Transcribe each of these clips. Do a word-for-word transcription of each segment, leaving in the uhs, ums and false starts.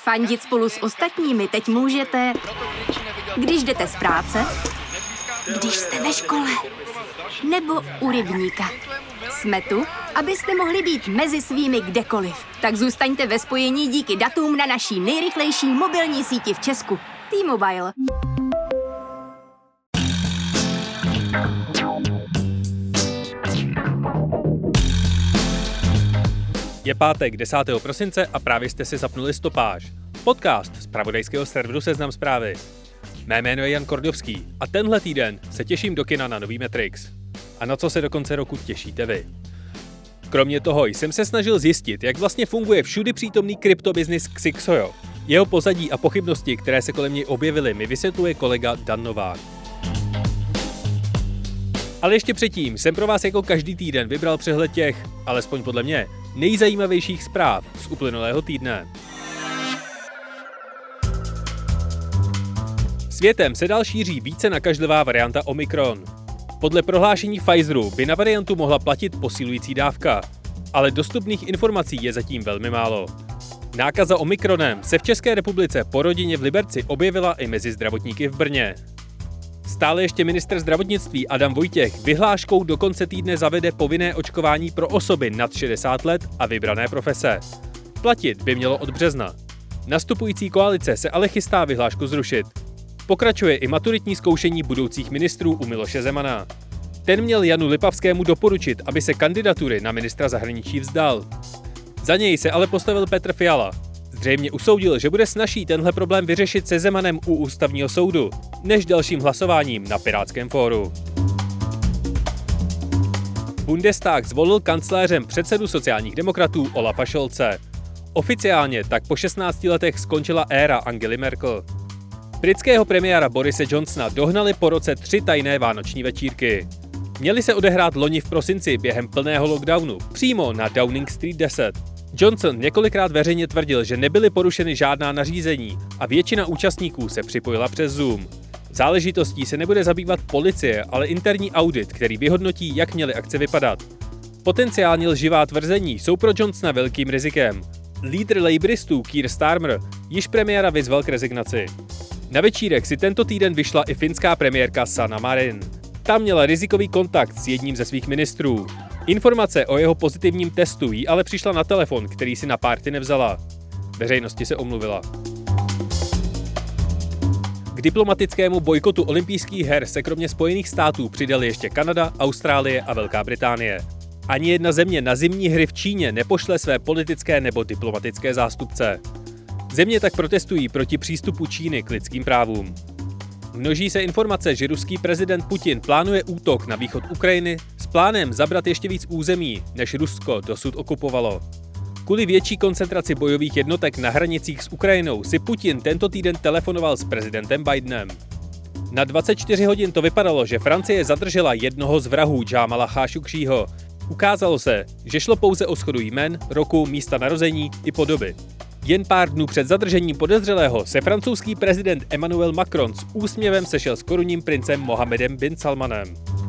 Fandit spolu s ostatními teď můžete, když jdete z práce, když jste ve škole, nebo u rybníka. Jsme tu, abyste mohli být mezi svými kdekoliv. Tak zůstaňte ve spojení díky datům na naší nejrychlejší mobilní síti v Česku. T-Mobile. Je pátek desátého prosince a právě jste si zapnuli Stopáž, podcast z pravodajského serveru Seznam Zprávy. Mé jméno je Jan Kordovský a tenhle týden se těším do kina na nový Matrix. A na co se do konce roku těšíte vy? Kromě toho jsem se snažil zjistit, jak vlastně funguje všudy přítomný kryptobiznis Xixojo. Jeho pozadí a pochybnosti, které se kolem něj objevily, mi vysvětluje kolega Dan Novák. Ale ještě předtím jsem pro vás jako každý týden vybral přehled těch, alespoň podle mě, nejzajímavějších zpráv z uplynulého týdne. Světem se dál šíří více nakažlivá varianta Omikron. Podle prohlášení Pfizeru by na variantu mohla platit posilující dávka, ale dostupných informací je zatím velmi málo. Nákaza Omikronem se v České republice po rodině v Liberci objevila i mezi zdravotníky v Brně. Stále ještě ministr zdravotnictví Adam Vojtěch vyhláškou do konce týdne zavede povinné očkování pro osoby nad šedesát let a vybrané profese. Platit by mělo od března. Nastupující koalice se ale chystá vyhlášku zrušit. Pokračuje i maturitní zkoušení budoucích ministrů u Miloše Zemana. Ten měl Janu Lipavskému doporučit, aby se kandidatury na ministra zahraničí vzdal. Za něj se ale postavil Petr Fiala. Zřejmě usoudil, že bude snazší tenhle problém vyřešit se Zemanem u ústavního soudu, než dalším hlasováním na Pirátském fóru. Bundestag zvolil kancléřem předsedu sociálních demokratů Olafa Scholze. Oficiálně tak po šestnácti letech skončila éra Angely Merkel. Britského premiéra Borise Johnsona dohnali po roce tři tajné vánoční večírky. Měly se odehrát loni v prosinci během plného lockdownu, přímo na Downing Street deset. Johnson několikrát veřejně tvrdil, že nebyly porušeny žádná nařízení a většina účastníků se připojila přes Zoom. Záležitostí se nebude zabývat policie, ale interní audit, který vyhodnotí, jak měly akce vypadat. Potenciálně lživá tvrzení jsou pro Johnsona velkým rizikem. Lídr labouristů Keir Starmer již premiéra vyzval k rezignaci. Na večírek si tento týden vyšla i finská premiérka Sanna Marin. Ta měla rizikový kontakt s jedním ze svých ministrů. Informace o jeho pozitivním testu jí ale přišla na telefon, který si na párty nevzala. Veřejnosti se omluvila. K diplomatickému bojkotu olympijských her se kromě Spojených států přidali ještě Kanada, Austrálie a Velká Británie. Ani jedna země na zimní hry v Číně nepošle své politické nebo diplomatické zástupce. Země tak protestují proti přístupu Číny k lidským právům. Množí se informace, že ruský prezident Putin plánuje útok na východ Ukrajiny s plánem zabrat ještě víc území, než Rusko dosud okupovalo. Kvůli větší koncentraci bojových jednotek na hranicích s Ukrajinou si Putin tento týden telefonoval s prezidentem Bidenem. Na dvacet čtyři hodin to vypadalo, že Francie zadržela jednoho z vrahů Jamala Khashoggiho. Ukázalo se, že šlo pouze o shodu jmen, roku, místa narození i podoby. Jen pár dnů před zadržením podezřelého se francouzský prezident Emmanuel Macron s úsměvem sešel s korunním princem Mohammedem bin Salmanem.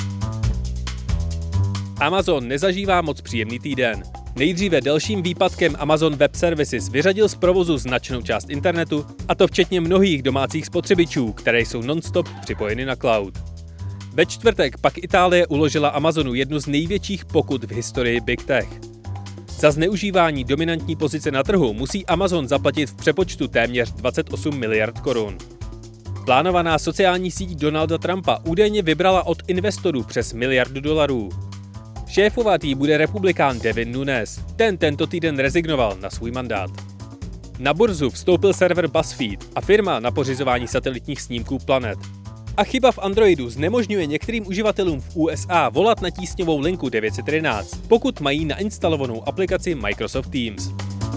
Amazon nezažívá moc příjemný týden. Nejdříve dalším výpadkem Amazon Web Services vyřadil z provozu značnou část internetu, a to včetně mnohých domácích spotřebičů, které jsou non-stop připojeny na cloud. Ve čtvrtek pak Itálie uložila Amazonu jednu z největších pokut v historii Big Tech. Za zneužívání dominantní pozice na trhu musí Amazon zaplatit v přepočtu téměř dvacet osm miliard korun. Plánovaná sociální síť Donalda Trumpa údajně vybrala od investorů přes miliardu dolarů. Šéfovat jí bude republikán Devin Nunes. Ten tento týden rezignoval na svůj mandát. Na burzu vstoupil server BuzzFeed a firma na pořizování satelitních snímků planet. A chyba v Androidu znemožňuje některým uživatelům v U S A volat na tísňovou linku devět set jedenáct, pokud mají nainstalovanou aplikaci Microsoft Teams.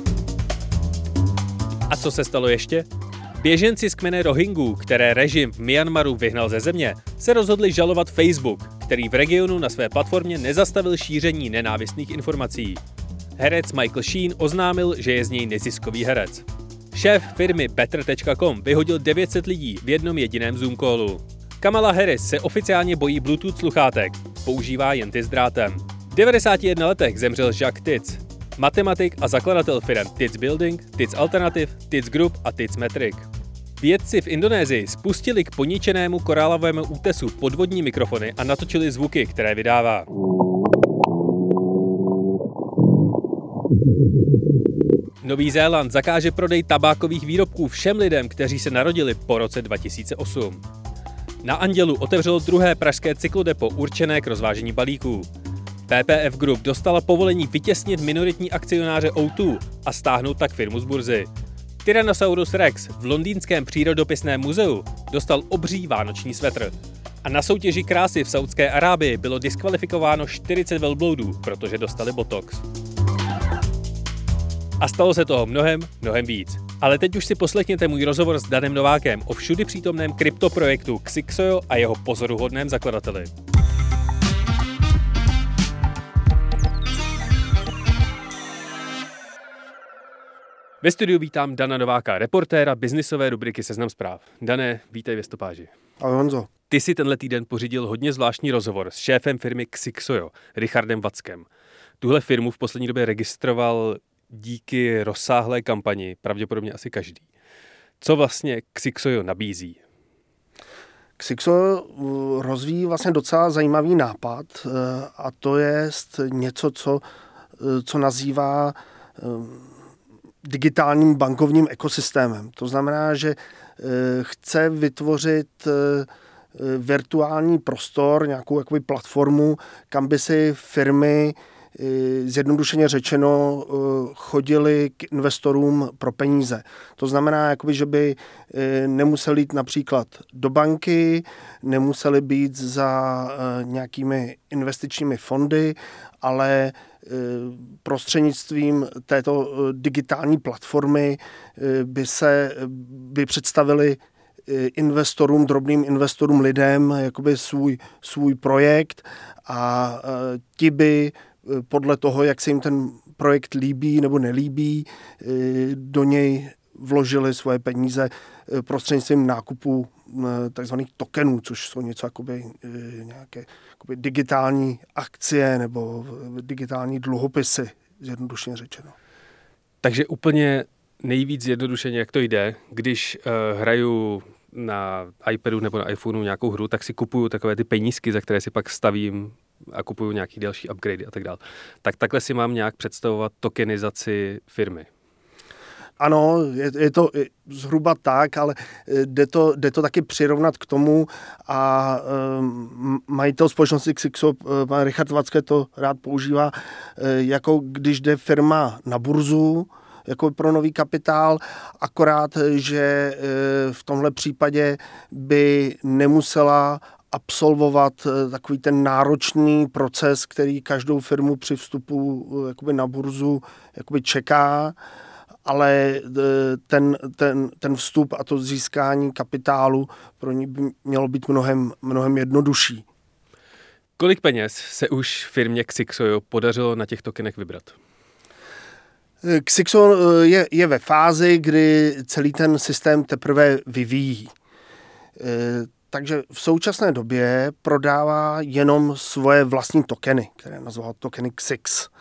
A co se stalo ještě? Běženci z kmene Rohingů, které režim v Myanmaru vyhnal ze země, se rozhodli žalovat Facebook, který v regionu na své platformě nezastavil šíření nenávistných informací. Herec Michael Sheen oznámil, že je z něj neziskový herec. Šéf firmy Better tečka com vyhodil devět set lidí v jednom jediném Zoom callu. Kamala Harris se oficiálně bojí Bluetooth sluchátek, používá jen ty s drátem. V devadesáti jedné letech zemřel Jacques Titz. matematik a zakladatel firem T I D S Building, T I D S Alternative, T I D S Group a T I D S Metric. Vědci v Indonésii spustili k poničenému korálovému útesu podvodní mikrofony a natočili zvuky, které vydává. Nový Zéland zakáže prodej tabákových výrobků všem lidem, kteří se narodili po roce dva tisíce osm. Na Andělu otevřelo druhé pražské cyklodepo určené k rozvážení balíků. P P F Group dostala povolení vytěsnit minoritní akcionáře O dva a stáhnout tak firmu z burzy. Tyrannosaurus Rex v londýnském přírodopisném muzeu dostal obří vánoční svetr. A na soutěži krásy v Saúdské Arábii bylo diskvalifikováno čtyřicet velbloudů, protože dostali botox. A stalo se toho mnohem, mnohem víc. Ale teď už si poslechněte můj rozhovor s Danem Novákem o všudy přítomném kryptoprojektu Xixojo a jeho pozoruhodném zakladateli. Ve studiu vítám Dana Nováka, reportéra biznisové rubriky Seznam zpráv. Dané, vítej ve stopáži. Ahoj Honzo. Ty si tenhle týden pořídil hodně zvláštní rozhovor s šéfem firmy Xixojo, Richardem Vackem. Tuhle firmu v poslední době registroval díky rozsáhlé kampani, pravděpodobně asi každý. Co vlastně Xixojo nabízí? Xixojo rozvíjí vlastně docela zajímavý nápad a to je něco, co, co nazývá digitálním bankovním ekosystémem. To znamená, že chce vytvořit virtuální prostor, nějakou jakoby platformu, kam by si firmy zjednodušeně řečeno chodili k investorům pro peníze. To znamená, jakoby, že by nemuseli jít například do banky, nemuseli být za nějakými investičními fondy, ale prostřednictvím této digitální platformy by se by představili investorům, drobným investorům, lidem jakoby svůj, svůj projekt a ti by podle toho, jak se jim ten projekt líbí nebo nelíbí, do něj vložili svoje peníze prostřednictvím nákupu takzvaných tokenů, což jsou něco jakoby nějaké jakoby digitální akcie nebo digitální dluhopisy, zjednodušeně řečeno. Takže úplně nejvíc zjednodušeně, jak to jde, když uh, hraju na iPadu nebo na iPhoneu nějakou hru, tak si kupuju takové ty penízky, za které si pak stavím a kupuju nějaký další upgrady a tak dále. Tak takhle si mám nějak představovat tokenizaci firmy. Ano, je, je to zhruba tak, ale jde to, jde to taky přirovnat k tomu a um, majitel společnosti Xixo, pan Richard Vacké, to rád používá, jako když jde firma na burzu, jako pro nový kapitál, akorát, že v tomhle případě by nemusela absolvovat takový ten náročný proces, který každou firmu při vstupu jakoby na burzu jakoby čeká, ale ten, ten, ten vstup a to získání kapitálu pro ní by mělo být mnohem, mnohem jednodušší. Kolik peněz se už firmě Xixojo podařilo na těch tokenech vybrat? Xixo je, je ve fázi, kdy celý ten systém teprve vyvíjí. Takže v současné době prodává jenom svoje vlastní tokeny, které nazval tokeny Xix.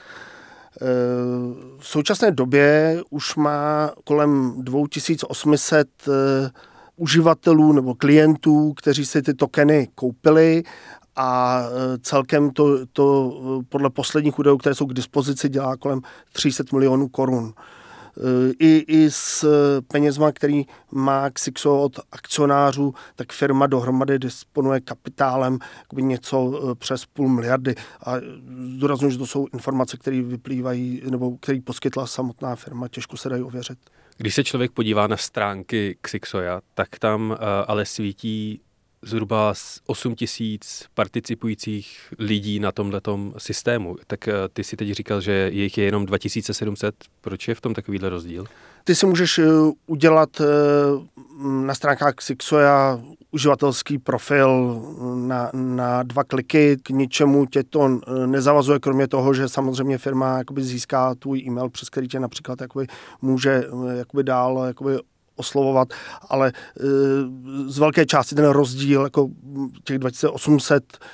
V současné době už má kolem dva tisíce osm set uživatelů nebo klientů, kteří si ty tokeny koupili a celkem to, to podle posledních údajů, které jsou k dispozici, dělá kolem tři sta milionů korun. I, i s penězma, který má Xixo od akcionářů, tak firma dohromady disponuje kapitálem něco přes půl miliardy. A zdůraznuju, že to jsou informace, které vyplývají, nebo které poskytla samotná firma, těžko se dají ověřit. Když se člověk podívá na stránky Xixoja, tak tam uh, ale svítí zhruba osm tisíc participujících lidí na tomhletom systému. Tak uh, ty si teď říkal, že jich je jenom dva tisíce sedm set. Proč je v tom takovýhle rozdíl? Ty si můžeš udělat na stránkách Xixoja uživatelský profil na, na dva kliky. K ničemu tě to nezavazuje, kromě toho, že samozřejmě firma jakoby získá tvůj e-mail, přes který tě například jakoby může jakoby dál jakoby oslovovat, ale z velké části ten rozdíl jako těch dva tisíce osm set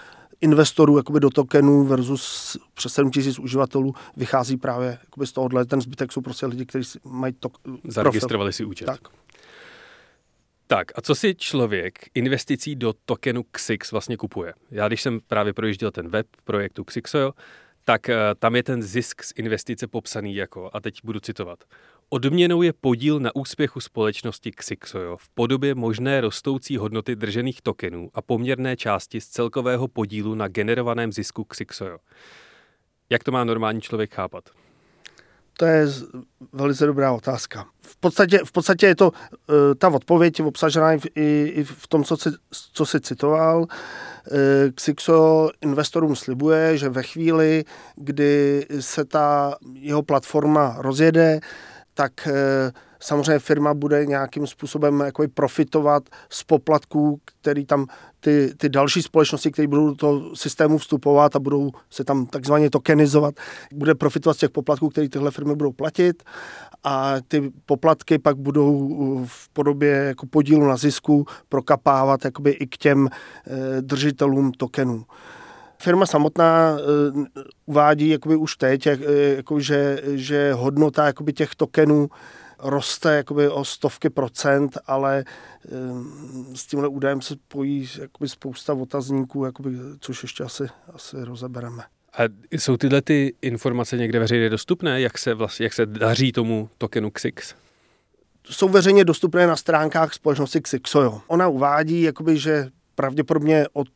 investorů jakoby do tokenů versus přes sedm tisíc uživatelů vychází právě jakoby z tohohle. Ten zbytek jsou prostě lidi, kteří mají to zaregistrovali si účet. Tak. Tak a co si člověk investicí do tokenu X I X vlastně kupuje? Já když jsem právě projížděl ten web projektu Xixojo, tak uh, tam je ten zisk z investice popsaný jako, a teď budu citovat, odměnou je podíl na úspěchu společnosti Xixojo v podobě možné rostoucí hodnoty držených tokenů a poměrné části z celkového podílu na generovaném zisku Xixojo. Jak to má normální člověk chápat? To je velice dobrá otázka. V podstatě, v podstatě je to uh, ta odpověď obsažená i, i v tom, co jsi, co jsi citoval. Uh, Xixo investorům slibuje, že ve chvíli, kdy se ta jeho platforma rozjede, tak uh, samozřejmě firma bude nějakým způsobem jakoby profitovat z poplatků, který tam ty, ty další společnosti, které budou do toho systému vstupovat a budou se tam takzvaně tokenizovat, bude profitovat z těch poplatků, které tyhle firmy budou platit a ty poplatky pak budou v podobě jako podílu na zisku prokapávat jakoby i k těm e, držitelům tokenů. Firma samotná uh, uvádí jakoby už teď, jak, jako, že, že hodnota jakoby těch tokenů roste jakoby o stovky procent, ale um, s tímhle údajem se pojí jakoby spousta otazníků, jakoby, což ještě asi, asi rozebereme. A jsou tyhle ty informace někde veřejně dostupné? Jak se, vlastně, jak se daří tomu tokenu X I X? Jsou veřejně dostupné na stránkách společnosti Xixojo. Ona uvádí, jakoby, že pravděpodobně od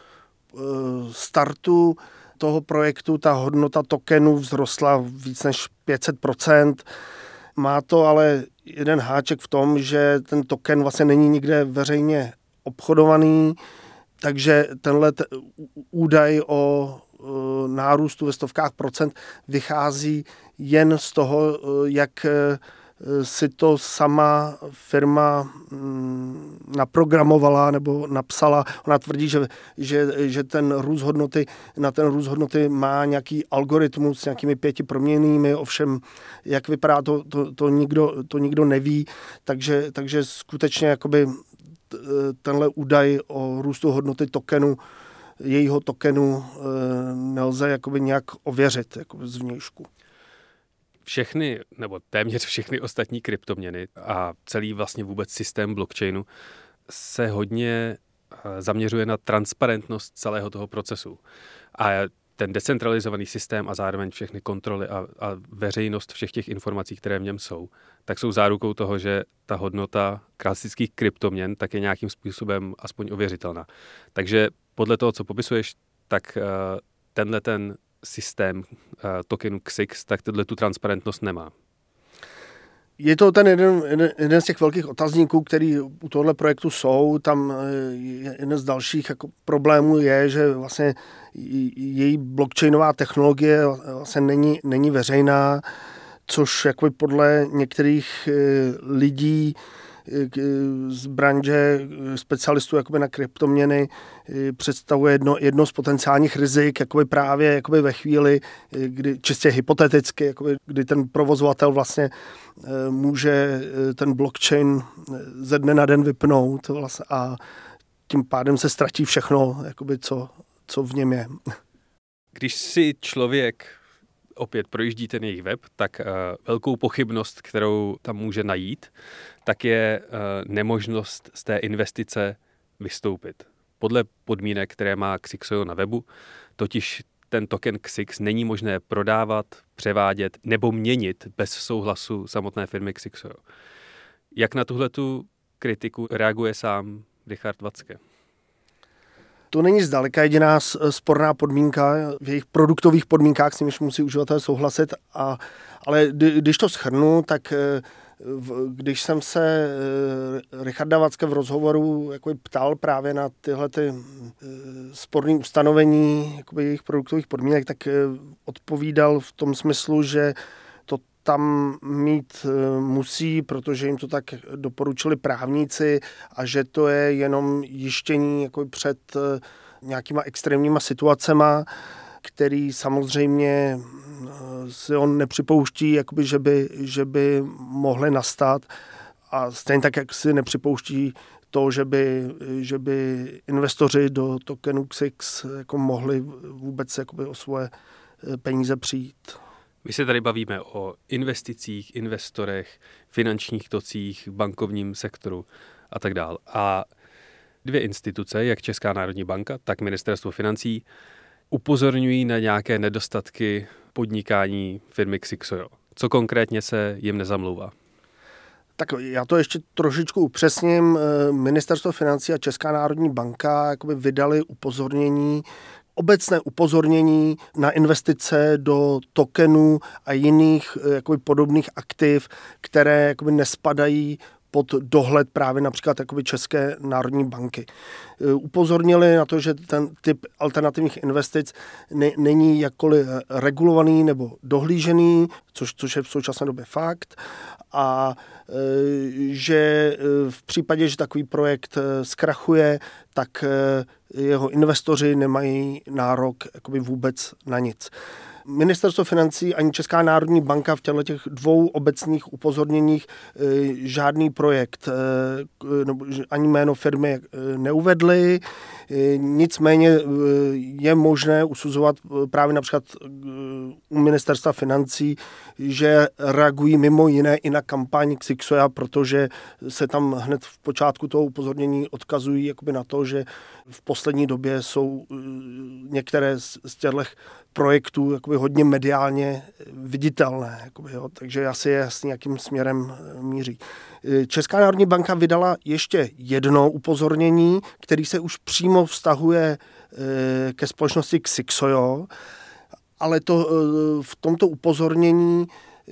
startu toho projektu ta hodnota tokenů vzrostla víc než pět set procent. Má to ale jeden háček v tom, že ten token vlastně není nikde veřejně obchodovaný, takže tenhle t- údaj o e, nárůstu ve stovkách procent vychází jen z toho, e, jak e, si to sama firma mm, naprogramovala nebo napsala. Ona tvrdí, že, že, že ten růst hodnoty, na ten růst hodnoty má nějaký algoritmus s nějakými pěti proměnnými, ovšem jak vypadá to, to, to, nikdo, to nikdo neví, takže, takže skutečně jakoby tenhle údaj o růstu hodnoty tokenu, jejího tokenu nelze jakoby nějak ověřit jakoby zvnějšku. Všechny, nebo téměř všechny ostatní kryptoměny a celý vlastně vůbec systém blockchainu se hodně zaměřuje na transparentnost celého toho procesu. A ten decentralizovaný systém a zároveň všechny kontroly a, a veřejnost všech těch informací, které v něm jsou, tak jsou zárukou toho, že ta hodnota klasických kryptoměn tak je nějakým způsobem aspoň ověřitelná. Takže podle toho, co popisuješ, tak tenhle ten systém uh, tokenu X I X, tak tohle tu transparentnost nemá. Je to ten jeden, jeden, jeden z těch velkých otazníků, který u tohohle projektu jsou. Tam jeden z dalších jako problémů je, že vlastně její blockchainová technologie vlastně není, není veřejná, což jako podle některých lidí z branže specialistů jakoby na kryptoměny představuje jedno, jedno z potenciálních rizik jakoby právě jakoby ve chvíli, kdy čistě hypoteticky, jakoby, kdy ten provozovatel vlastně může ten blockchain ze dne na den vypnout vlastně a tím pádem se ztratí všechno, jakoby, co, co v něm je. Když si člověk opět projíždí ten jejich web, tak uh, velkou pochybnost, kterou tam může najít, tak je uh, nemožnost z té investice vystoupit. Podle podmínek, které má Xixojo na webu, totiž ten token X I X není možné prodávat, převádět nebo měnit bez souhlasu samotné firmy Xixojo. Jak na tuhletu kritiku reaguje sám Richard Watzke? To není zdaleka jediná sporná podmínka v jejich produktových podmínkách, s nimiž musí uživatel souhlasit. A, ale když to shrnu, tak když jsem se Richarda Watzke v rozhovoru jako ptal právě na tyhle ty sporné ustanovení jako jejich produktových podmínek, tak odpovídal v tom smyslu, že to tam mít musí, protože jim to tak doporučili právníci a že to je jenom jištění jako před nějakýma extrémníma situacema, který samozřejmě si on nepřipouští, jakoby, že, by, že by mohly nastat a stejně tak, jak si nepřipouští to, že by, že by investoři do tokenu X X jako mohli vůbec jakoby o svoje peníze přijít. My se tady bavíme o investicích, investorech, finančních tocích, bankovním sektoru a tak dále. A dvě instituce, jak Česká národní banka, tak Ministerstvo financí, upozorňují na nějaké nedostatky podnikání firmy Xixoyo. Co konkrétně se jim nezamlouvá? Tak já to ještě trošičku upřesním. Ministerstvo financí a Česká národní banka jakoby vydali upozornění, obecné upozornění na investice do tokenů a jiných jakoby podobných aktiv, které jakoby nespadají pod dohled právě například jakoby České národní banky. Upozornili na to, že ten typ alternativních investic ne, není jakkoliv regulovaný nebo dohlížený, což, což je v současné době fakt, a že v případě, že takový projekt zkrachuje, tak jeho investoři nemají nárok jakoby vůbec na nic. Ministerstvo financí ani Česká národní banka v těchto těch dvou obecných upozorněních žádný projekt nebo ani jméno firmy neuvedli. Nicméně je možné usuzovat právě například u Ministerstva financí, že reagují mimo jiné i na kampaň Xixoya, protože se tam hned v počátku toho upozornění odkazují jakoby na to, že v poslední době jsou některé z těchto projektů jakoby hodně mediálně viditelné. Jakoby, jo. Takže asi je jasný, jakým směrem míří. Česká národní banka vydala ještě jedno upozornění, který se už přímo vztahuje ke společnosti Xixoyo, ale to, v tomto upozornění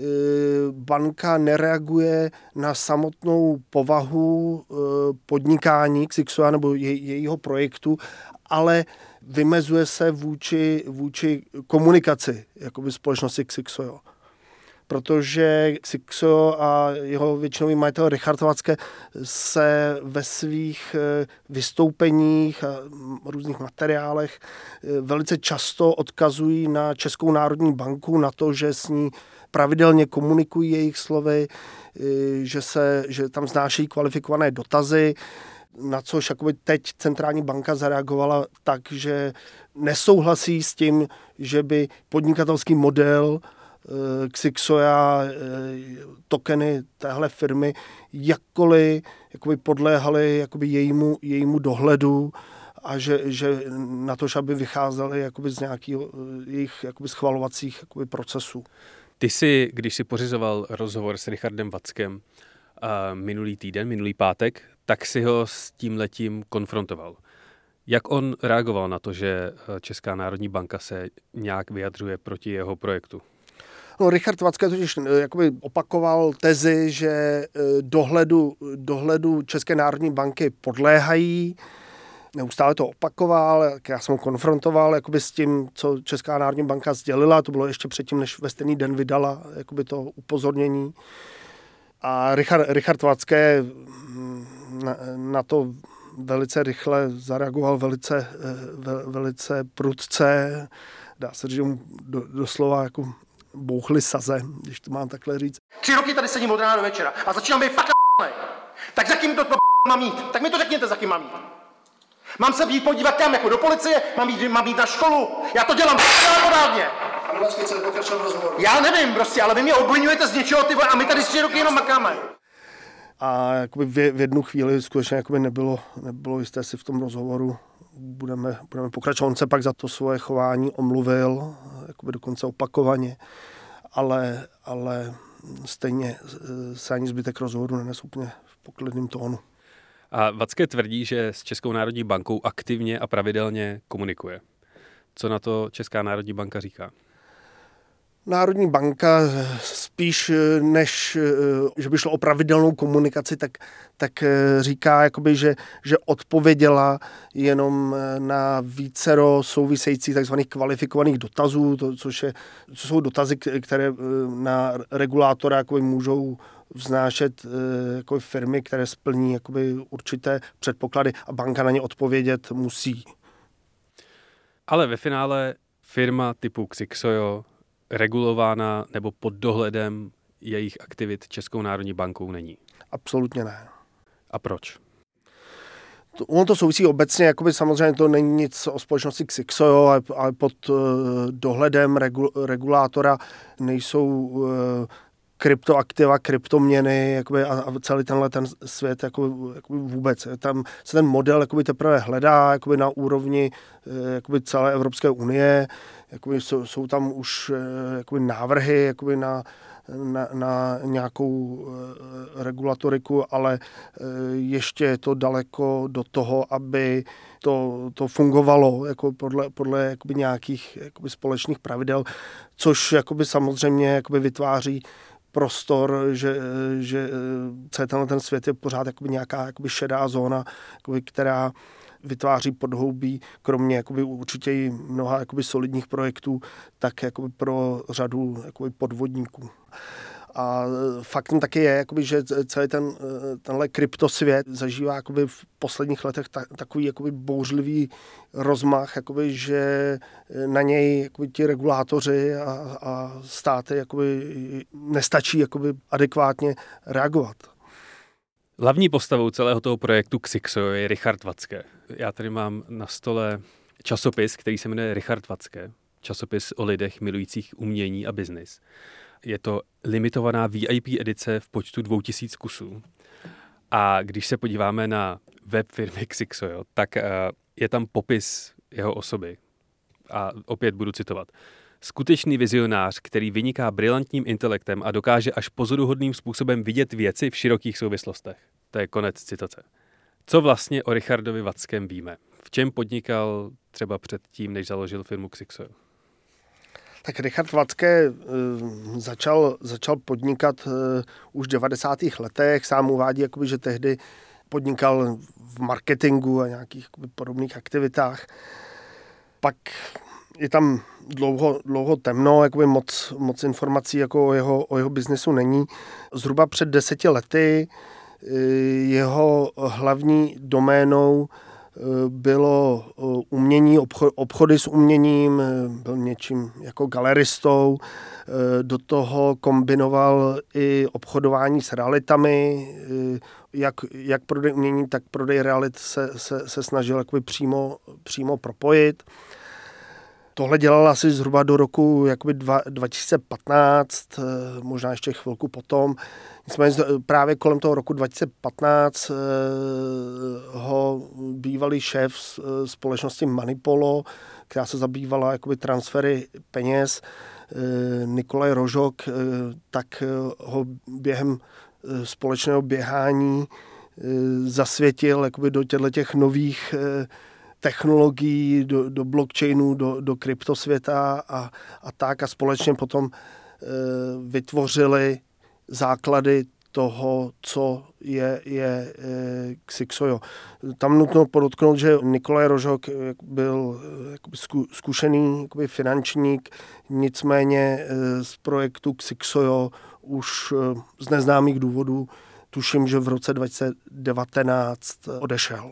banka nereaguje na samotnou povahu podnikání Xixoya nebo je, jejího projektu, ale vymezuje se vůči, vůči komunikaci jakoby společnosti Xixoyo. Protože Xixoyo a jeho většinový majitel Richard Watzke se ve svých vystoupeních a různých materiálech velice často odkazují na Českou národní banku, na to, že s ní pravidelně komunikují jejich slovy, že, se, že tam vznášejí kvalifikované dotazy, na což jakoby teď centrální banka zareagovala tak, že nesouhlasí s tím, že by podnikatelský model Xixoya, tokeny téhle firmy jakkoliv jakoby podléhaly jakoby jejímu, jejímu dohledu a že, že na to, aby vycházely jakoby z nějakých jejich jakoby schvalovacích jakoby procesů. Ty jsi, když jsi pořizoval rozhovor s Richardem Watzkem uh, minulý týden, minulý pátek, tak si ho s tímhletím konfrontoval. Jak on reagoval na to, že Česká národní banka se nějak vyjadřuje proti jeho projektu? No, Richard Watzke totiž jakoby opakoval tezi, že dohledu, dohledu České národní banky podléhají. Neustále to opakoval, já jsem ho konfrontoval jakoby s tím, co Česká národní banka sdělila. To bylo ještě předtím, než ve stejný den vydala jakoby to upozornění. A Richard, Richard Watzke na, na to velice rychle zareagoval, velice, ve, velice prudce. Dá se říct, že mu do, doslova jako bouchly saze, když to mám takhle říct. Tři roky tady sedím od rána do večera a začínám být fakt tak za kým to mám jít? Tak mi to řekněte, za kým mám jít. Mám se jít podívat kam, jako do policie? Mám jít, mám jít na školu? Já to dělám podávně. A vlastně chcete pokračovat v rozhovoru? Já nevím prostě, ale vy mě obviňujete z něčeho, ty vole, a my tady tři roky jenom makáme. A jakoby v, v jednu chvíli skutečně jakoby nebylo, nebylo jisté, si v tom rozhovoru budeme, budeme pokračovat. On se pak za to svoje chování omluvil, jakoby dokonce opakovaně, ale, ale stejně se ani zbytek rozhovoru nenes úplně v poklidném tónu. A Watzke tvrdí, že s Českou národní bankou aktivně a pravidelně komunikuje. Co na to Česká národní banka říká? Národní banka spíš než, že by šlo o pravidelnou komunikaci, tak, tak říká, jakoby, že, že odpověděla jenom na vícero souvisejících takzvaných kvalifikovaných dotazů, to, což, je, což jsou dotazy, které na regulátora jakoby můžou vznášet jakoby firmy, které splní jakoby určité předpoklady a banka na ně odpovědět musí. Ale ve finále firma typu Xixoyo regulována nebo pod dohledem jejich aktivit Českou národní bankou není. Absolutně ne. A proč? To, ono to souvisí obecně, jakoby samozřejmě to není nic o společnosti Xixoyo, ale, ale pod uh, dohledem regu, regulátora nejsou uh, kryptoaktiva, kryptoměny jakoby, a, a celý tenhle ten svět jakoby, jakoby vůbec. Tam se ten model jakoby teprve hledá jakoby na úrovni jakoby celé Evropské unie. Jakoby jsou, jsou tam už jakoby návrhy jakoby na, na, na nějakou regulatoriku, ale ještě je to daleko do toho, aby to, to fungovalo jako podle, podle jakoby nějakých jakoby společných pravidel, což jakoby samozřejmě jakoby vytváří prostor, že, že celý tenhle ten svět je pořád jakoby nějaká jakoby šedá zóna, jakoby, která vytváří podhoubí, kromě jakoby určitě i mnoha jakoby solidních projektů, tak jakoby pro řadu jakoby podvodníků. A faktem taky je, jakoby, že celý ten, tenhle kryptosvět zažívá jakoby v posledních letech ta, takový jakoby bouřlivý rozmach, jakoby, že na něj jakoby, ti regulátoři a, a státy jakoby, nestačí jakoby, adekvátně reagovat. Hlavní postavou celého toho projektu Xixoyo je Richard Watzke. Já tady mám na stole časopis, který se jmenuje Richard Watzke. Časopis o lidech milujících umění a biznis. Je to limitovaná V I P edice v počtu dvou tisíc kusů. A když se podíváme na web firmy Xixoyo, tak je tam popis jeho osoby. A opět budu citovat. Skutečný vizionář, který vyniká brilantním intelektem a dokáže až pozoruhodným způsobem vidět věci v širokých souvislostech. To je konec citace. Co vlastně o Richardovi Watzkem víme? V čem podnikal třeba předtím, než založil firmu Xixoyo? Tak Richard Watzke uh, začal, začal podnikat uh, už v devadesátých letech. Sám uvádí, jakoby, že tehdy podnikal v marketingu a nějakých jakoby, podobných aktivitách. Pak je tam dlouho, dlouho temno, jakoby moc, moc informací jako o jeho, o jeho biznesu není. Zhruba před deseti lety uh, jeho hlavní doménou bylo umění, obchody s uměním, byl něčím jako galeristou, do toho kombinoval i obchodování s realitami, jak, jak prodej umění, tak prodej realit se, se, se snažil jakoby přímo, přímo propojit. Tohle dělal asi zhruba do roku jakoby dva, dva tisíce patnáct, možná ještě chvilku potom. Nicméně právě kolem toho roku dva tisíce patnáct ho bývalý šéf společnosti Manipolo, která se zabývala jakoby transfery peněz, Nikolaj Rožok, tak ho během společného běhání zasvětil jakoby do těchto nových technologií, do, do blockchainu, do, do kryptosvěta a, a tak. A společně potom e, vytvořili základy toho, co je, je e, Xixoyo. Tam nutno podotknout, že Nikolaj Rožok byl jakoby zkušený jakoby finančník, nicméně e, z projektu Xixoyo už e, z neznámých důvodů, tuším, že v roce dva tisíce devatenáct odešel.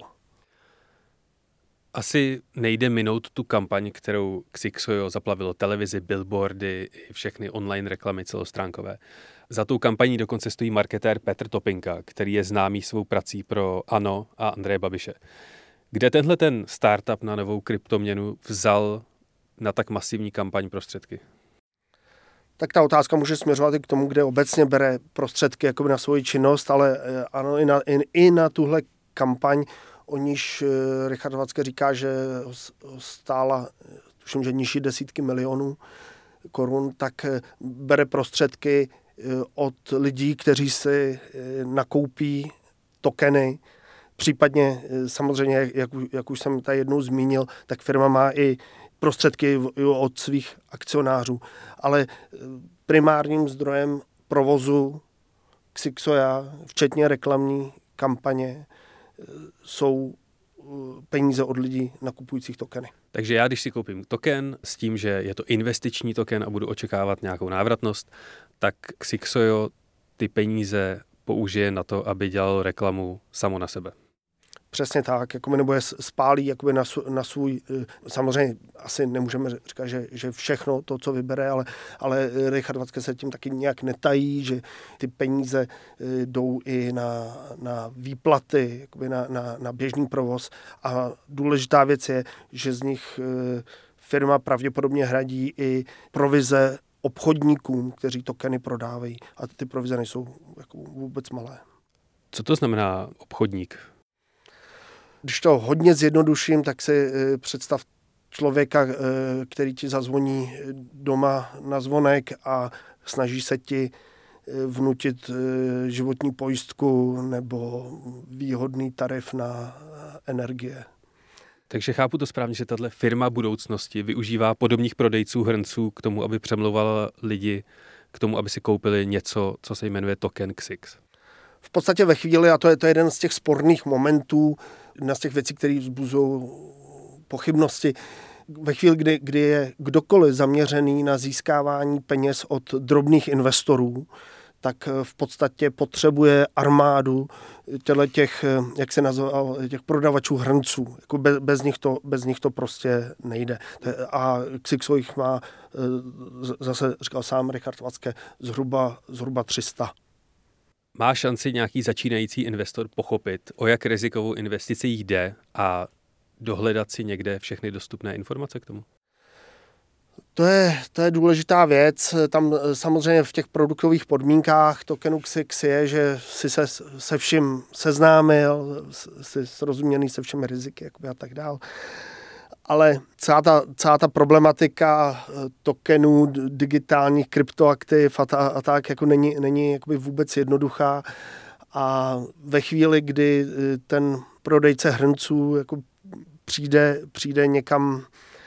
Asi nejde minout tu kampaň, kterou Xixoyo zaplavilo televizi, billboardy i všechny online reklamy celostránkové. Za tou kampaní dokonce stojí marketér Petr Topinka, který je známý svou prací pro ANO a Andreje Babiše. Kde tenhle ten startup na novou kryptoměnu vzal na tak masivní kampaň prostředky? Tak ta otázka může směřovat i k tomu, kde obecně bere prostředky jakoby na svoji činnost, ale ano, i na, i, i na tuhle kampaň, o níž Richard Watzke říká, že stála, tuším, že nižší desítky milionů korun, tak bere prostředky od lidí, kteří si nakoupí tokeny. Případně samozřejmě, jak, jak už jsem tady jednou zmínil, tak firma má i prostředky od svých akcionářů. Ale primárním zdrojem provozu Xixoya, včetně reklamní kampaně, jsou peníze od lidí nakupujících tokeny. Takže já, když si koupím token s tím, že je to investiční token a budu očekávat nějakou návratnost, tak Xixoyo ty peníze použije na to, aby dělal reklamu samo na sebe. Přesně tak, jako nebo je spálí jakoby na, na svůj, samozřejmě asi nemůžeme říkat, že, že všechno to, co vybere, ale, ale Richard Watzke se tím taky nějak netají, že ty peníze jdou i na, na výplaty, jakoby na, na, na běžný provoz a důležitá věc je, že z nich firma pravděpodobně hradí i provize obchodníkům, kteří tokeny prodávají a ty provize nejsou jako vůbec malé. Co to znamená obchodník? Když to hodně zjednoduším, tak si představ člověka, který ti zazvoní doma na zvonek a snaží se ti vnutit životní pojistku nebo výhodný tarif na energie. Takže chápu to správně, že tato firma budoucnosti využívá podobných prodejců hrnců k tomu, aby přemlouvala lidi k tomu, aby si koupili něco, co se jmenuje token X I X. V podstatě ve chvíli, a to je, to je jeden z těch sporných momentů, jedna z těch věcí, které vzbuzují pochybnosti, ve chvíli, kdy, kdy je kdokoliv zaměřený na získávání peněz od drobných investorů, tak v podstatě potřebuje armádu těch, jak se nazval, těch prodavačů hrnců. Jako bez, bez, nich to, bez nich to prostě nejde. A X I X jich má, zase říkal sám Richard Watzke, zhruba, zhruba tři sta. Má šanci nějaký začínající investor pochopit, o jak rizikovou investici jde a dohledat si někde všechny dostupné informace k tomu? To je, to je důležitá věc. Tam samozřejmě v těch produktových podmínkách tokenu X I X je, že si se, se vším seznámil, si srozuměný se všemi riziky jakoby a tak dál. Ale celá ta, celá ta problematika tokenů, digitálních kryptoaktiv a, ta, a tak jako není, není jakoby vůbec jednoduchá. A ve chvíli, kdy ten prodejce hrnců jako přijde, přijde někam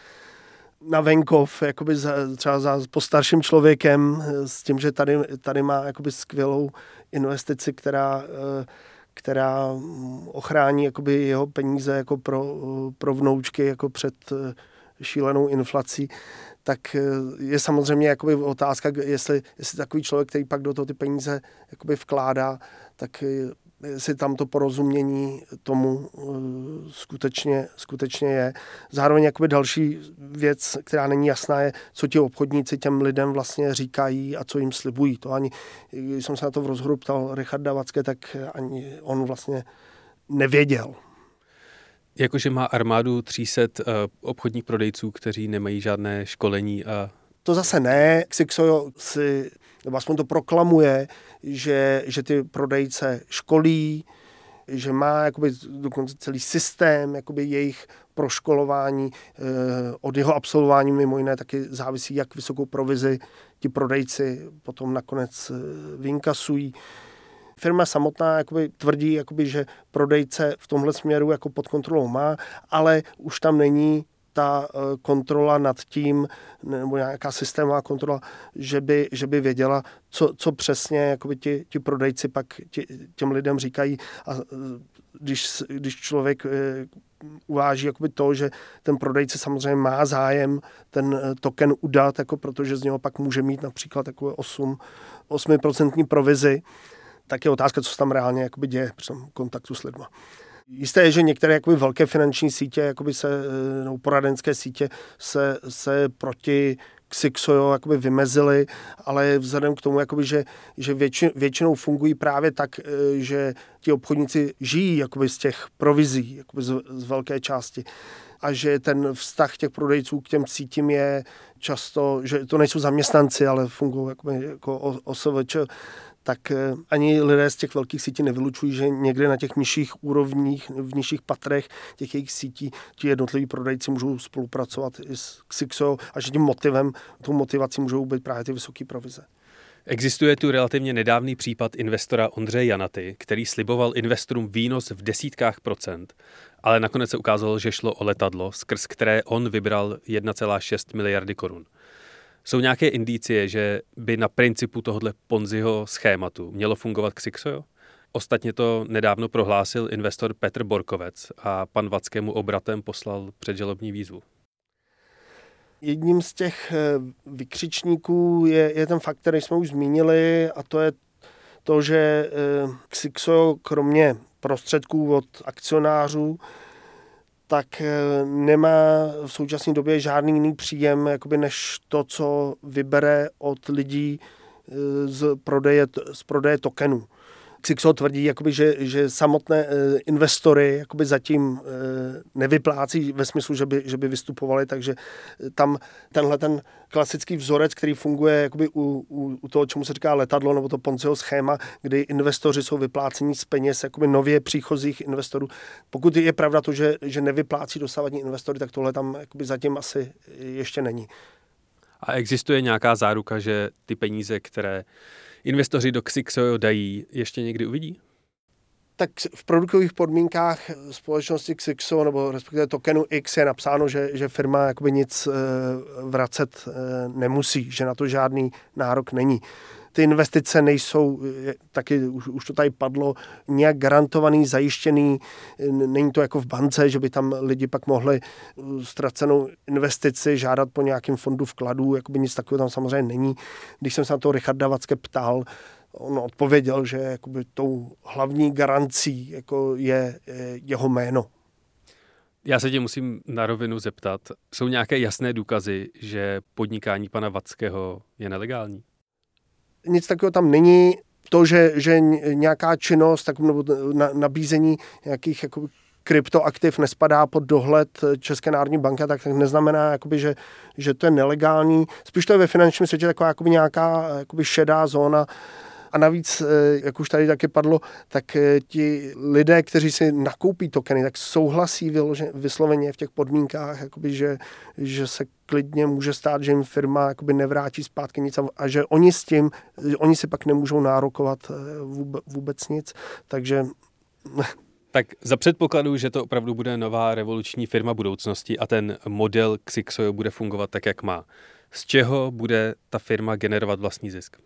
na venkov, jakoby za, třeba za postarším člověkem s tím, že tady, tady má jakoby skvělou investici, která, která ochrání jakoby jeho peníze jako pro, pro vnoučky jako před šílenou inflací, tak je samozřejmě jakoby otázka, jestli, jestli takový člověk, který pak do toho ty peníze jakoby vkládá, tak jestli tam to porozumění tomu uh, skutečně, skutečně je. Zároveň jakoby další věc, která není jasná, je, co ti obchodníci těm lidem vlastně říkají a co jim slibují. To ani, když jsem se na to v rozhovoru ptal Richarda Watzke, tak ani on vlastně nevěděl. Jakože má armádu tří set uh, obchodních prodejců, kteří nemají žádné školení a... To zase ne. X I X si, nebo aspoň to proklamuje, že, že ty prodejce školí, že má jakoby dokonce celý systém jakoby jejich proškolování. Eh, od jeho absolvování mimo jiné taky závisí, jak vysokou provizi ti prodejci potom nakonec vyinkasují. Firma samotná jakoby tvrdí, jakoby, že prodejce v tomhle směru jako pod kontrolou má, ale už tam není ta kontrola nad tím, nebo nějaká systémová kontrola, že by, že by věděla, co, co přesně jakoby ti, ti prodejci pak tě, těm lidem říkají. A když, když člověk uváží jakoby to, že ten prodejce samozřejmě má zájem ten token udat, jako protože z něho pak může mít například takové osm procent provizi, tak je otázka, co se tam reálně jakoby děje při tom kontaktu s lidma. Jisté je, že některé jakoby velké finanční sítě, jakoby se, no, poradenské sítě se, se proti X I X jakoby vymezily, ale vzhledem k tomu, jakoby, že, že větši, většinou fungují právě tak, že ti obchodníci žijí jakoby z těch provizí, jakoby z, z velké části. A že ten vztah těch prodejců k těm sítím je často, že to nejsou zaměstnanci, ale fungují jakoby jako O S V Č, tak ani lidé z těch velkých sítí nevylučují, že někde na těch nižších úrovních, v nižších patrech těch jejich sítí ti jednotliví prodejci můžou spolupracovat i s X I X a že tím motivem, tou motivací můžou být právě ty vysoké provize. Existuje tu relativně nedávný případ investora Ondřeje Janaty, který sliboval investorům výnos v desítkách procent, ale nakonec se ukázalo, že šlo o letadlo, skrz které on vybral jedna celá šest miliardy korun. Jsou nějaké indicie, že by na principu tohoto Ponziho schématu mělo fungovat X I X? Ostatně to nedávno prohlásil investor Petr Borkovec a pan Watzke mu obratem poslal předžalobní výzvu. Jedním z těch vykřičníků je, je ten fakt, který jsme už zmínili, a to je to, že Xixo kromě prostředků od akcionářů tak nemá v současné době žádný jiný příjem, jakoby než to, co vybere od lidí z prodeje, z prodeje tokenů. Xixo tvrdí, jakoby, že, že samotné investory jakoby zatím nevyplácí ve smyslu, že by, že by vystupovali, takže tam tenhle ten klasický vzorec, který funguje jakoby u, u, u toho, čemu se říká letadlo, nebo to Ponziho schéma, kdy investoři jsou vyplácení z peněz jakoby nově příchozích investorů. Pokud je pravda to, že, že nevyplácí dosavadní investory, tak tohle tam jakoby zatím asi ještě není. A existuje nějaká záruka, že ty peníze, které investoři do Xixo dají, ještě někdy uvidí? Tak v produktových podmínkách společnosti Xixo nebo respektive tokenu X je napsáno, že, že firma jakoby nic vracet nemusí, že na to žádný nárok není. Ty investice nejsou, taky už, už to tady padlo, nějak garantovaný, zajištěný, není to jako v bance, že by tam lidi pak mohli ztracenou investici žádat po nějakém fondu vkladů, jakoby nic takového tam samozřejmě není. Když jsem se na toho Richarda Vacke ptal, on odpověděl, že jakoby tou hlavní garancí jako je jeho jméno. Já se tě musím na rovinu zeptat, jsou nějaké jasné důkazy, že podnikání pana Vackeho je nelegální? Nic takového tam není. To, že, že nějaká činnost, tak, nebo na, nabízení nějakých jako kryptoaktiv nespadá pod dohled České národní banky, tak, tak neznamená, jakoby, že, že to je nelegální. Spíš to je ve finančním světě taková jakoby nějaká jakoby šedá zóna. A navíc, jak už tady taky padlo, tak ti lidé, kteří si nakoupí tokeny, tak souhlasí vysloveně v těch podmínkách, jakoby, že, že se klidně může stát, že jim firma jakoby nevrátí zpátky nic a, a že oni s tím, oni si pak nemůžou nárokovat vůbec nic. Takže... Tak za předpokladu, že to opravdu bude nová revoluční firma budoucnosti a ten model Xixo bude fungovat tak, jak má. Z čeho bude ta firma generovat vlastní zisk?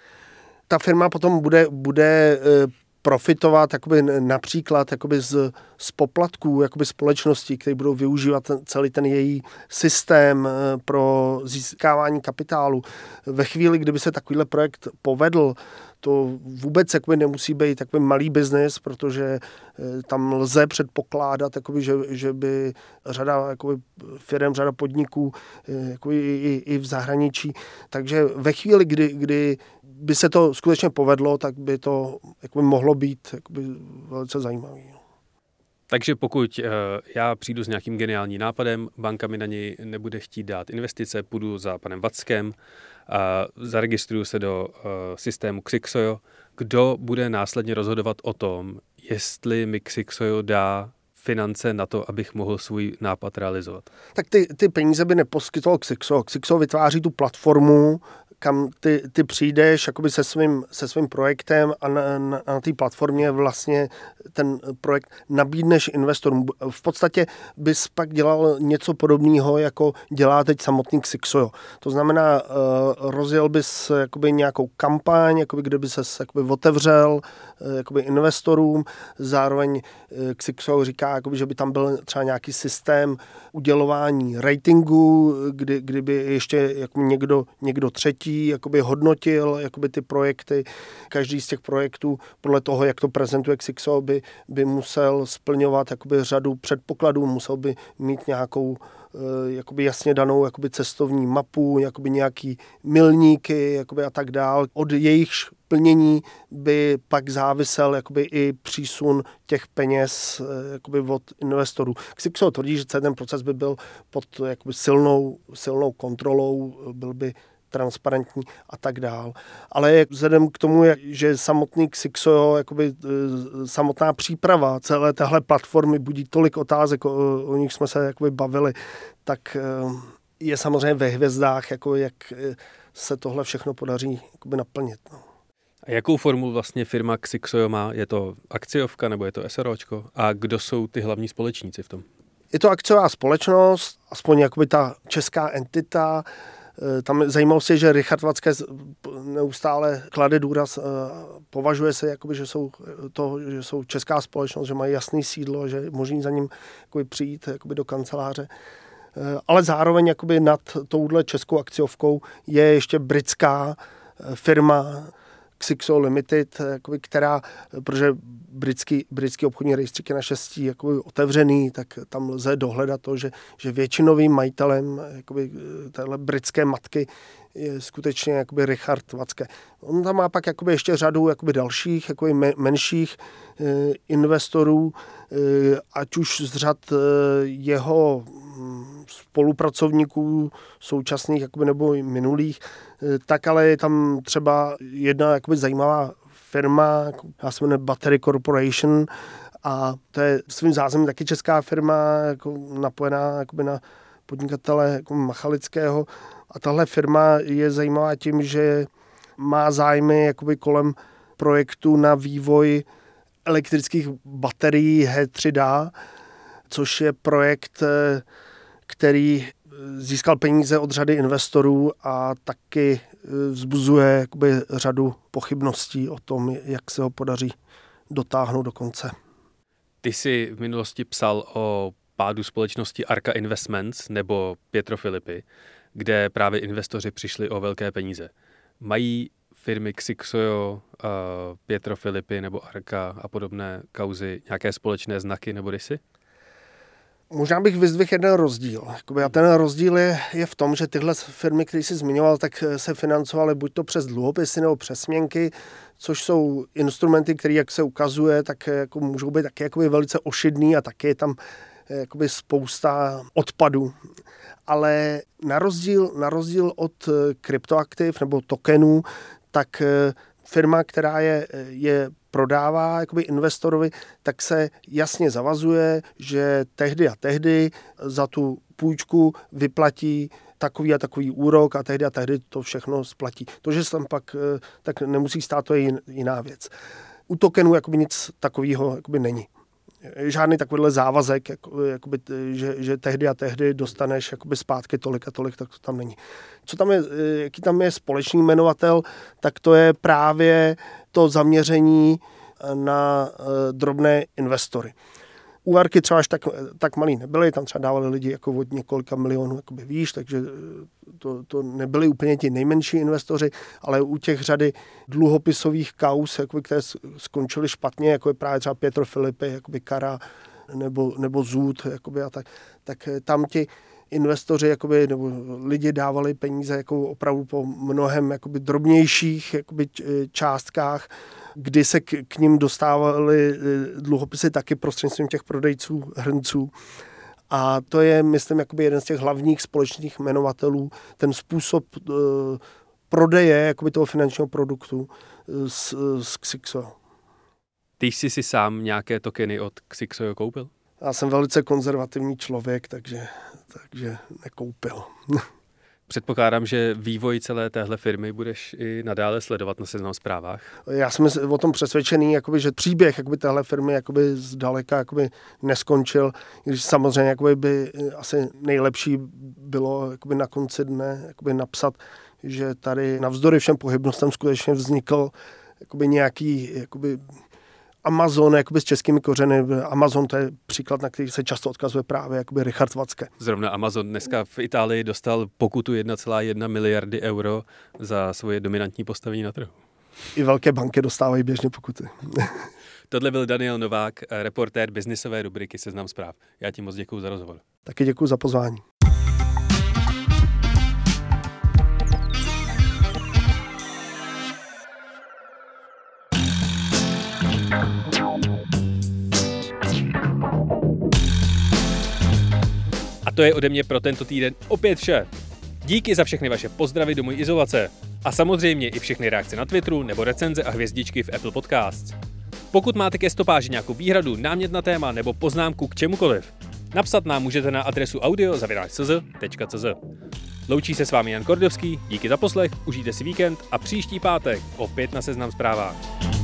Ta firma potom bude, bude profitovat jakoby například jakoby z, z poplatků jakoby společností, které budou využívat ten, celý ten její systém pro získávání kapitálu. Ve chvíli, kdyby se takovýhle projekt povedl, to vůbec jakoby nemusí být takový malý biznis, protože tam lze předpokládat, jakoby, že, že by řada jakoby, firem, řada podniků jakoby, i, i v zahraničí. Takže ve chvíli, kdy, kdy by se to skutečně povedlo, tak by to jakoby, mohlo být jakoby, velice zajímavé. Takže pokud uh, já přijdu s nějakým geniálním nápadem, banka mi na něj nebude chtít dát investice, půjdu za panem Vackem a zaregistruju se do uh, systému Xixo, kdo bude následně rozhodovat o tom, jestli mi Xixo dá finance na to, abych mohl svůj nápad realizovat? Tak ty, ty peníze by neposkytoval Xixo. Xixo vytváří tu platformu, kam ty, ty přijdeš jakoby se svým, se svým projektem a na, na, na té platformě vlastně ten projekt nabídneš investorům. V podstatě bys pak dělal něco podobného, jako dělá teď samotný Xixo. To znamená, uh, rozjel bys jakoby nějakou kampaň, jakoby, kde by ses jakoby otevřel uh, jakoby investorům. Zároveň uh, Xixo říká, jakoby, že by tam byl třeba nějaký systém udělování ratingu, kdy, kdyby ještě jako někdo, někdo třetí jakoby hodnotil jakoby ty projekty. Každý z těch projektů podle toho, jak to prezentuje Xixo, by, by musel splňovat jakoby řadu předpokladů, musel by mít nějakou jakoby jasně danou jakoby cestovní mapu, jakoby nějaký milníky jakoby a tak dál. Od jejichž plnění by pak závisel jakoby i přísun těch peněz jakoby od investorů. Xixo tvrdí, že celý ten proces by byl pod jakoby silnou, silnou kontrolou, byl by transparentní a tak dál. Ale vzhledem k tomu, že samotný Xixo, jakoby samotná příprava celé téhle platformy budí tolik otázek, o, o nich jsme se jakoby bavili, tak je samozřejmě ve hvězdách, jako jak se tohle všechno podaří jakoby naplnit. No. A jakou formu vlastně firma Xixo má? Je to akciovka nebo je to SROčko? A kdo jsou ty hlavní společníci v tom? Je to akciová společnost, aspoň jakoby ta česká entita. Tam zajímavost je, že Richard Vacke neustále klade důraz, považuje se, jakoby, že, jsou to, že jsou česká společnost, že mají jasný sídlo, že je možný za ním jakoby, přijít jakoby, do kanceláře. Ale zároveň jakoby, nad touhle českou akciovkou je ještě britská firma Xixo Limited, jakoby, která, protože britský, britský obchodní rejstřík je naštěstí jakoby otevřený, tak tam lze dohledat to, že, že většinovým majitelem jakoby, téhle britské matky je skutečně jakoby Richard Watzke. On tam má pak jakoby ještě řadu jakoby dalších, jakoby menších e, investorů, e, ať už z řad e, jeho spolupracovníků současných jakoby, nebo i minulých, e, tak ale je tam třeba jedna jakoby zajímavá firma, já se jmenuje Battery Corporation, a to je svým zázemím taky česká firma, jako napojená jakoby na podnikatele jako Machalického. A tahle firma je zajímavá tím, že má zájmy jakoby kolem projektu na vývoj elektrických baterií H tři D, což je projekt, který získal peníze od řady investorů a taky vzbuzuje jakoby řadu pochybností o tom, jak se ho podaří dotáhnout do konce. Ty jsi v minulosti psal o pádu společnosti Arca Investments nebo Pietro Filippi, kde právě investoři přišli o velké peníze. Mají firmy Xixo, uh, Pietro Filippi nebo Arca a podobné kauzy nějaké společné znaky nebo rysy? Možná bych vyzdvihl jeden rozdíl. A ten rozdíl je, je v tom, že tyhle firmy, které jsi zmiňoval, tak se financovaly buď to přes dluhopisy nebo přes směnky, což jsou instrumenty, které, jak se ukazuje, tak jako můžou být taky jakoby velice ošidný a taky je tam jakoby spousta odpadů. Ale na rozdíl, na rozdíl od kryptoaktiv nebo tokenů, tak firma, která je, je prodává jakoby investorovi, tak se jasně zavazuje, že tehdy a tehdy za tu půjčku vyplatí takový a takový úrok a tehdy a tehdy to všechno splatí. To, že se tam pak tak nemusí stát, to je jiná věc. U tokenů jakoby nic takového jakoby není. Žádný takovýhle závazek, jakoby, že, že tehdy a tehdy dostaneš jakoby zpátky tolik a tolik, tak to tam není. Co tam je, jaký tam je společný jmenovatel, tak to je právě to zaměření na uh, drobné investory. U Arky třeba až tak, tak malý nebyly, tam třeba dávali lidi jako od několika milionů jakoby výš, takže to, to nebyli úplně ti nejmenší investoři, ale u těch řady dluhopisových kauz, jakoby, které skončily špatně, jako je právě třeba Pietro Filippi, jakoby Cara nebo, nebo Zoot, jakoby a tak, tak tam ti investoři jakoby, nebo lidi dávali peníze jako opravdu po mnohem jakoby, drobnějších jakoby, částkách, kdy se k, k ním dostávaly dluhopisy taky prostřednictvím těch prodejců, hrnců. A to je, myslím, jakoby jeden z těch hlavních společných jmenovatelů, ten způsob uh, prodeje jakoby, toho finančního produktu z, z Xixo. Ty jsi si sám nějaké tokeny od Xixo koupil? Já jsem velice konzervativní člověk, takže, takže nekoupil. Předpokládám, že vývoj celé téhle firmy budeš i nadále sledovat na Seznam Zprávách. Já jsem o tom přesvědčený, jakoby, že příběh jakoby, téhle firmy jakoby, zdaleka jakoby, neskončil, když samozřejmě jakoby, by asi nejlepší bylo jakoby, na konci dne jakoby, napsat, že tady navzdory všem pohybnostem skutečně vznikl jakoby, nějaký jakoby, Amazon jakoby s českými kořeny. Amazon, to je příklad, na který se často odkazuje právě jakoby Richard Watzke. Zrovna Amazon dneska v Itálii dostal pokutu jedna celá jedna miliardy euro za svoje dominantní postavení na trhu. I velké banky dostávají běžně pokuty. Tohle byl Daniel Novák, reportér biznisové rubriky Seznam Zpráv. Já ti moc děkuju za rozhovor. Taky děkuju za pozvání. A to je ode mě pro tento týden opět vše. Díky za všechny vaše pozdravy do mojí izolace. A samozřejmě i všechny reakce na Twitteru nebo recenze a hvězdičky v Apple Podcasts. Pokud máte ke stopáži nějakou výhradu, námět na téma nebo poznámku k čemukoliv, napsat nám můžete na adresu audio zavináč c z tečka c z. Loučí se s vámi Jan Kordovský, díky za poslech, užijte si víkend a příští pátek opět na Seznam Zprávách.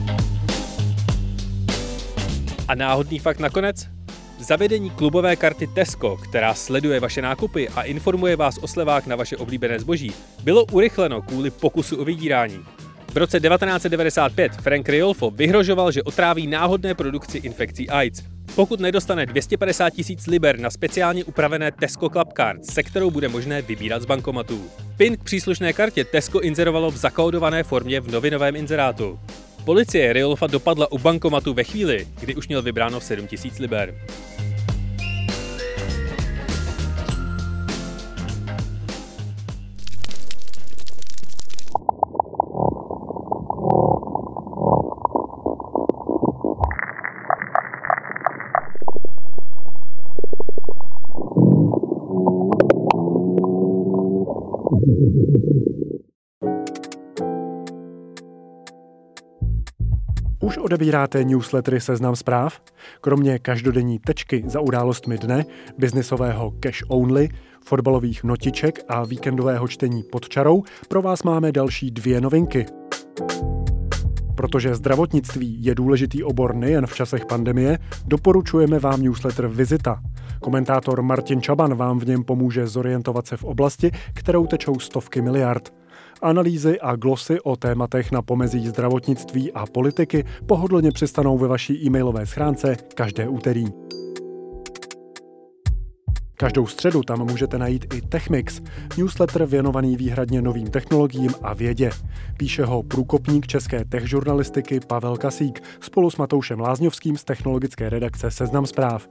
A náhodný fakt nakonec? Zavedení klubové karty Tesco, která sleduje vaše nákupy a informuje vás o slevách na vaše oblíbené zboží, bylo urychleno kvůli pokusu o vydírání. V roce devatenáct set devadesát pět Frank Riolfo vyhrožoval, že otráví náhodné produkci infekcí AIDS. pokud nedostane dvě stě padesát tisíc liber na speciálně upravené Tesco Club Card, se kterou bude možné vybírat z bankomatů. PIN k příslušné kartě Tesco inzerovalo v zakódované formě v novinovém inzerátu. Policie Ryolofa dopadla u bankomatu ve chvíli, kdy už měl vybráno sedm tisíc liber. Už odebíráte newslettery Seznam zpráv? Kromě každodenní tečky za událostmi dne, biznisového cash only, fotbalových notiček a víkendového čtení pod čarou pro vás máme další dvě novinky. Protože zdravotnictví je důležitý obor nejen v časech pandemie, doporučujeme vám newsletter Vizita. Komentátor Martin Čaban vám v něm pomůže zorientovat se v oblasti, kterou tečou stovky miliard. Analýzy a glosy o tématech na pomezí zdravotnictví a politiky pohodlně přistanou ve vaší e-mailové schránce každé úterý. Každou středu tam můžete najít i TechMix, newsletter věnovaný výhradně novým technologiím a vědě. Píše ho průkopník české techžurnalistiky Pavel Kasík spolu s Matoušem Lázňovským z technologické redakce Seznam zpráv.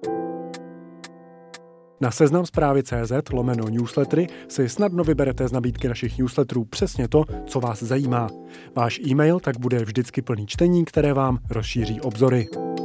Na seznamzprávy.cz lomeno newslettery si snadno vyberete z nabídky našich newsletterů přesně to, co vás zajímá. Váš e-mail tak bude vždycky plný čtení, které vám rozšíří obzory.